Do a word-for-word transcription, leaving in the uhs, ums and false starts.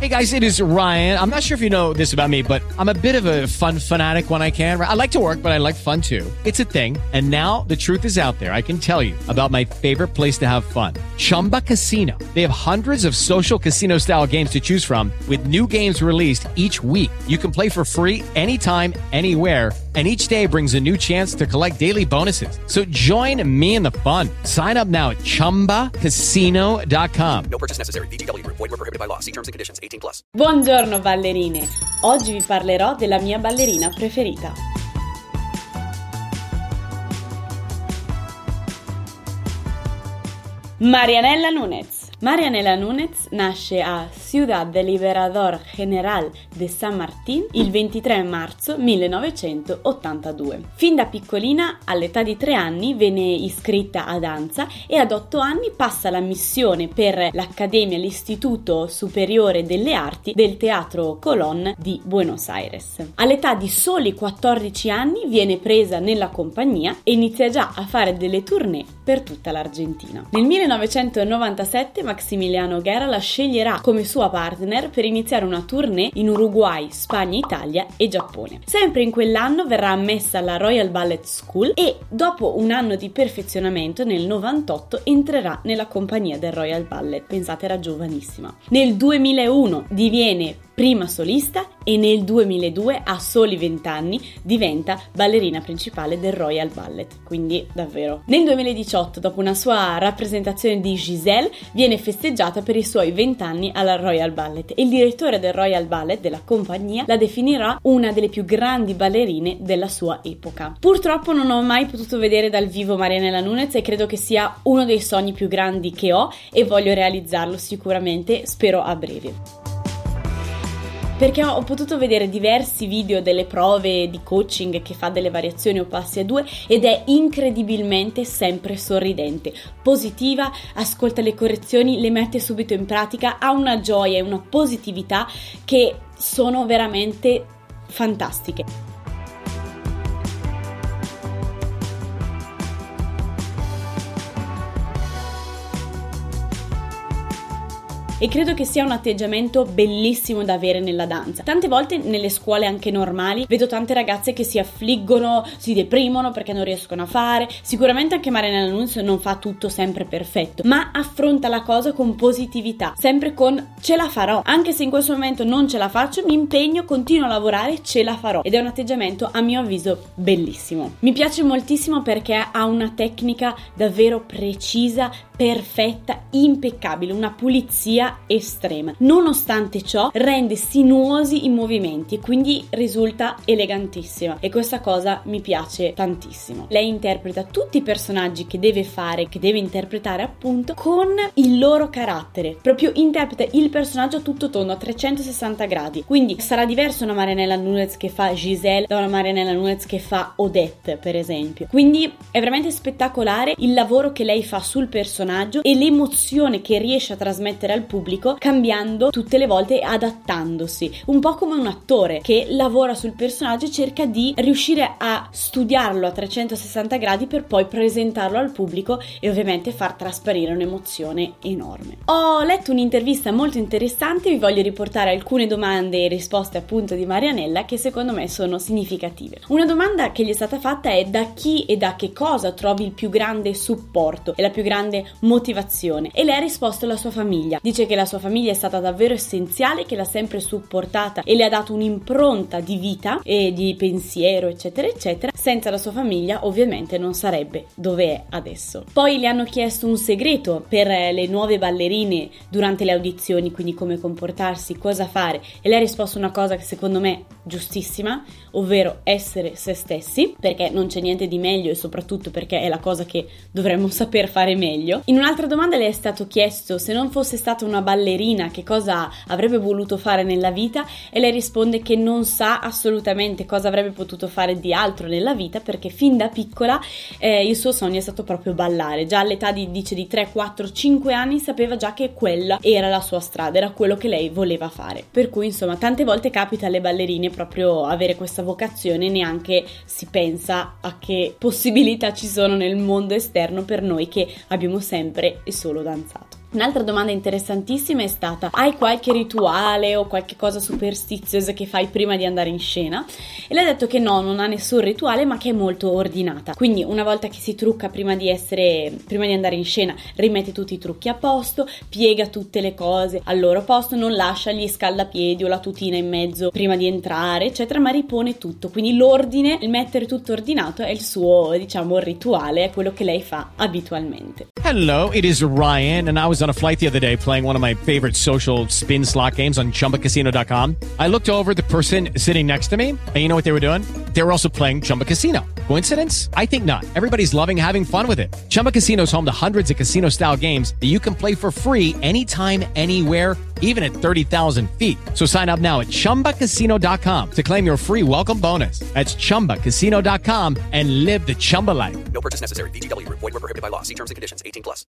Hey guys, it is Ryan. I'm not sure if you know this about me, but I'm a bit of a fun fanatic when I can. I like to work, but I like fun too. It's a thing. And now the truth is out there. I can tell you about my favorite place to have fun. Chumba Casino. They have hundreds of social casino style games to choose from with new games released each week. You can play for free anytime, anywhere. And each day brings a new chance to collect daily bonuses. So join me in the fun. Sign up now at chumba casino dot com. No purchase necessary. V G W Group. Void where prohibited by law. See terms and conditions. eighteen plus. Buongiorno ballerine. Oggi vi parlerò della mia ballerina preferita. Marianela Núñez. Marianela Núñez nasce a Ciudad del Libertador General de San Martín il ventitré marzo millenovecentottantadue. Fin da piccolina, all'età di tre anni, venne iscritta a danza e ad otto anni passa la missione per l'Accademia, l'Istituto Superiore delle Arti del Teatro Colón di Buenos Aires. All'età di soli quattordici anni viene presa nella compagnia e inizia già a fare delle tournée per tutta l'Argentina. Nel millenovecentonovantasette Maximiliano Guerra la sceglierà come sua partner per iniziare una tournée in Uruguay, Spagna, Italia e Giappone. Sempre in quell'anno verrà ammessa alla Royal Ballet School e dopo un anno di perfezionamento nel novantotto entrerà nella compagnia del Royal Ballet. Pensate, era giovanissima. Nel duemilauno diviene prima solista e nel duemiladue, a soli venti anni, diventa ballerina principale del Royal Ballet, quindi davvero. Nel duemiladiciotto, dopo una sua rappresentazione di Giselle, viene festeggiata per i suoi venti anni alla Royal Ballet e il direttore del Royal Ballet, della compagnia, la definirà una delle più grandi ballerine della sua epoca. Purtroppo non ho mai potuto vedere dal vivo Marianela Núñez e credo che sia uno dei sogni più grandi che ho e voglio realizzarlo sicuramente, spero a breve. Perché ho potuto vedere diversi video delle prove di coaching che fa delle variazioni o passi a due ed è incredibilmente sempre sorridente, positiva, ascolta le correzioni, le mette subito in pratica, ha una gioia e una positività che sono veramente fantastiche. E credo che sia un atteggiamento bellissimo da avere nella danza. Tante volte nelle scuole anche normali vedo tante ragazze che si affliggono, si deprimono perché non riescono a fare. Sicuramente anche Marianela Núñez non fa tutto sempre perfetto, ma affronta la cosa con positività, sempre con ce la farò. Anche se in questo momento non ce la faccio, mi impegno, continuo a lavorare, ce la farò. Ed è un atteggiamento a mio avviso bellissimo. Mi piace moltissimo perché ha una tecnica davvero precisa, perfetta, impeccabile, una pulizia estrema. Nonostante ciò rende sinuosi i movimenti e quindi risulta elegantissima e questa cosa mi piace tantissimo. Lei interpreta tutti i personaggi che deve fare, che deve interpretare appunto con il loro carattere, proprio interpreta il personaggio tutto tondo a trecentosessanta gradi, quindi sarà diverso una Marianela Núñez che fa Giselle da una Marianela Núñez che fa Odette per esempio, quindi è veramente spettacolare il lavoro che lei fa sul personaggio e l'emozione che riesce a trasmettere al pubblico cambiando tutte le volte e adattandosi, un po' come un attore che lavora sul personaggio e cerca di riuscire a studiarlo a trecentosessanta gradi per poi presentarlo al pubblico e ovviamente far trasparire un'emozione enorme. Ho letto un'intervista molto interessante, vi voglio riportare alcune domande e risposte appunto di Marianella che secondo me sono significative. Una domanda che gli è stata fatta è: da chi e da che cosa trovi il più grande supporto e la più grande motivazione? E lei ha risposto: la sua famiglia. Dice che la sua famiglia è stata davvero essenziale, che l'ha sempre supportata e le ha dato un'impronta di vita e di pensiero eccetera eccetera. Senza la sua famiglia ovviamente non sarebbe dove è adesso. Poi le hanno chiesto un segreto per le nuove ballerine durante le audizioni, quindi come comportarsi, cosa fare, e lei ha risposto una cosa che secondo me è giustissima, ovvero essere se stessi, perché non c'è niente di meglio e soprattutto perché è la cosa che dovremmo saper fare meglio. In un'altra domanda le è stato chiesto se non fosse stata una ballerina che cosa avrebbe voluto fare nella vita e lei risponde che non sa assolutamente cosa avrebbe potuto fare di altro nella vita perché fin da piccola eh, il suo sogno è stato proprio ballare. Già all'età di, dice, di tre, quattro, cinque anni sapeva già che quella era la sua strada, era quello che lei voleva fare. Per cui insomma tante volte capita alle ballerine proprio avere questa vocazione e neanche si pensa a che possibilità ci sono nel mondo esterno per noi che abbiamo sempre e solo danzato. Un'altra domanda interessantissima è stata: hai qualche rituale o qualche cosa superstiziosa che fai prima di andare in scena? E lei ha detto che no, non ha nessun rituale, ma che è molto ordinata. Quindi una volta che si trucca prima di essere prima di andare in scena, rimette tutti i trucchi a posto, piega tutte le cose al loro posto, non lascia gli scaldapiedi o la tutina in mezzo prima di entrare, eccetera, ma ripone tutto. Quindi l'ordine, il mettere tutto ordinato è il suo, diciamo, rituale, è quello che lei fa abitualmente. Hello, it is Ryan, and I was on a flight the other day playing one of my favorite social spin slot games on Chumba Casino dot com. I looked over at the person sitting next to me, and you know what they were doing? They were also playing Chumba Casino. Coincidence? I think not. Everybody's loving having fun with it. Chumba Casino is home to hundreds of casino-style games that you can play for free anytime, anywhere, even at thirty thousand feet. So sign up now at Chumba Casino dot com to claim your free welcome bonus. That's Chumba Casino dot com and live the Chumba life. No purchase necessary. V G W. Void where prohibited by law. See terms and conditions. eighteen plus.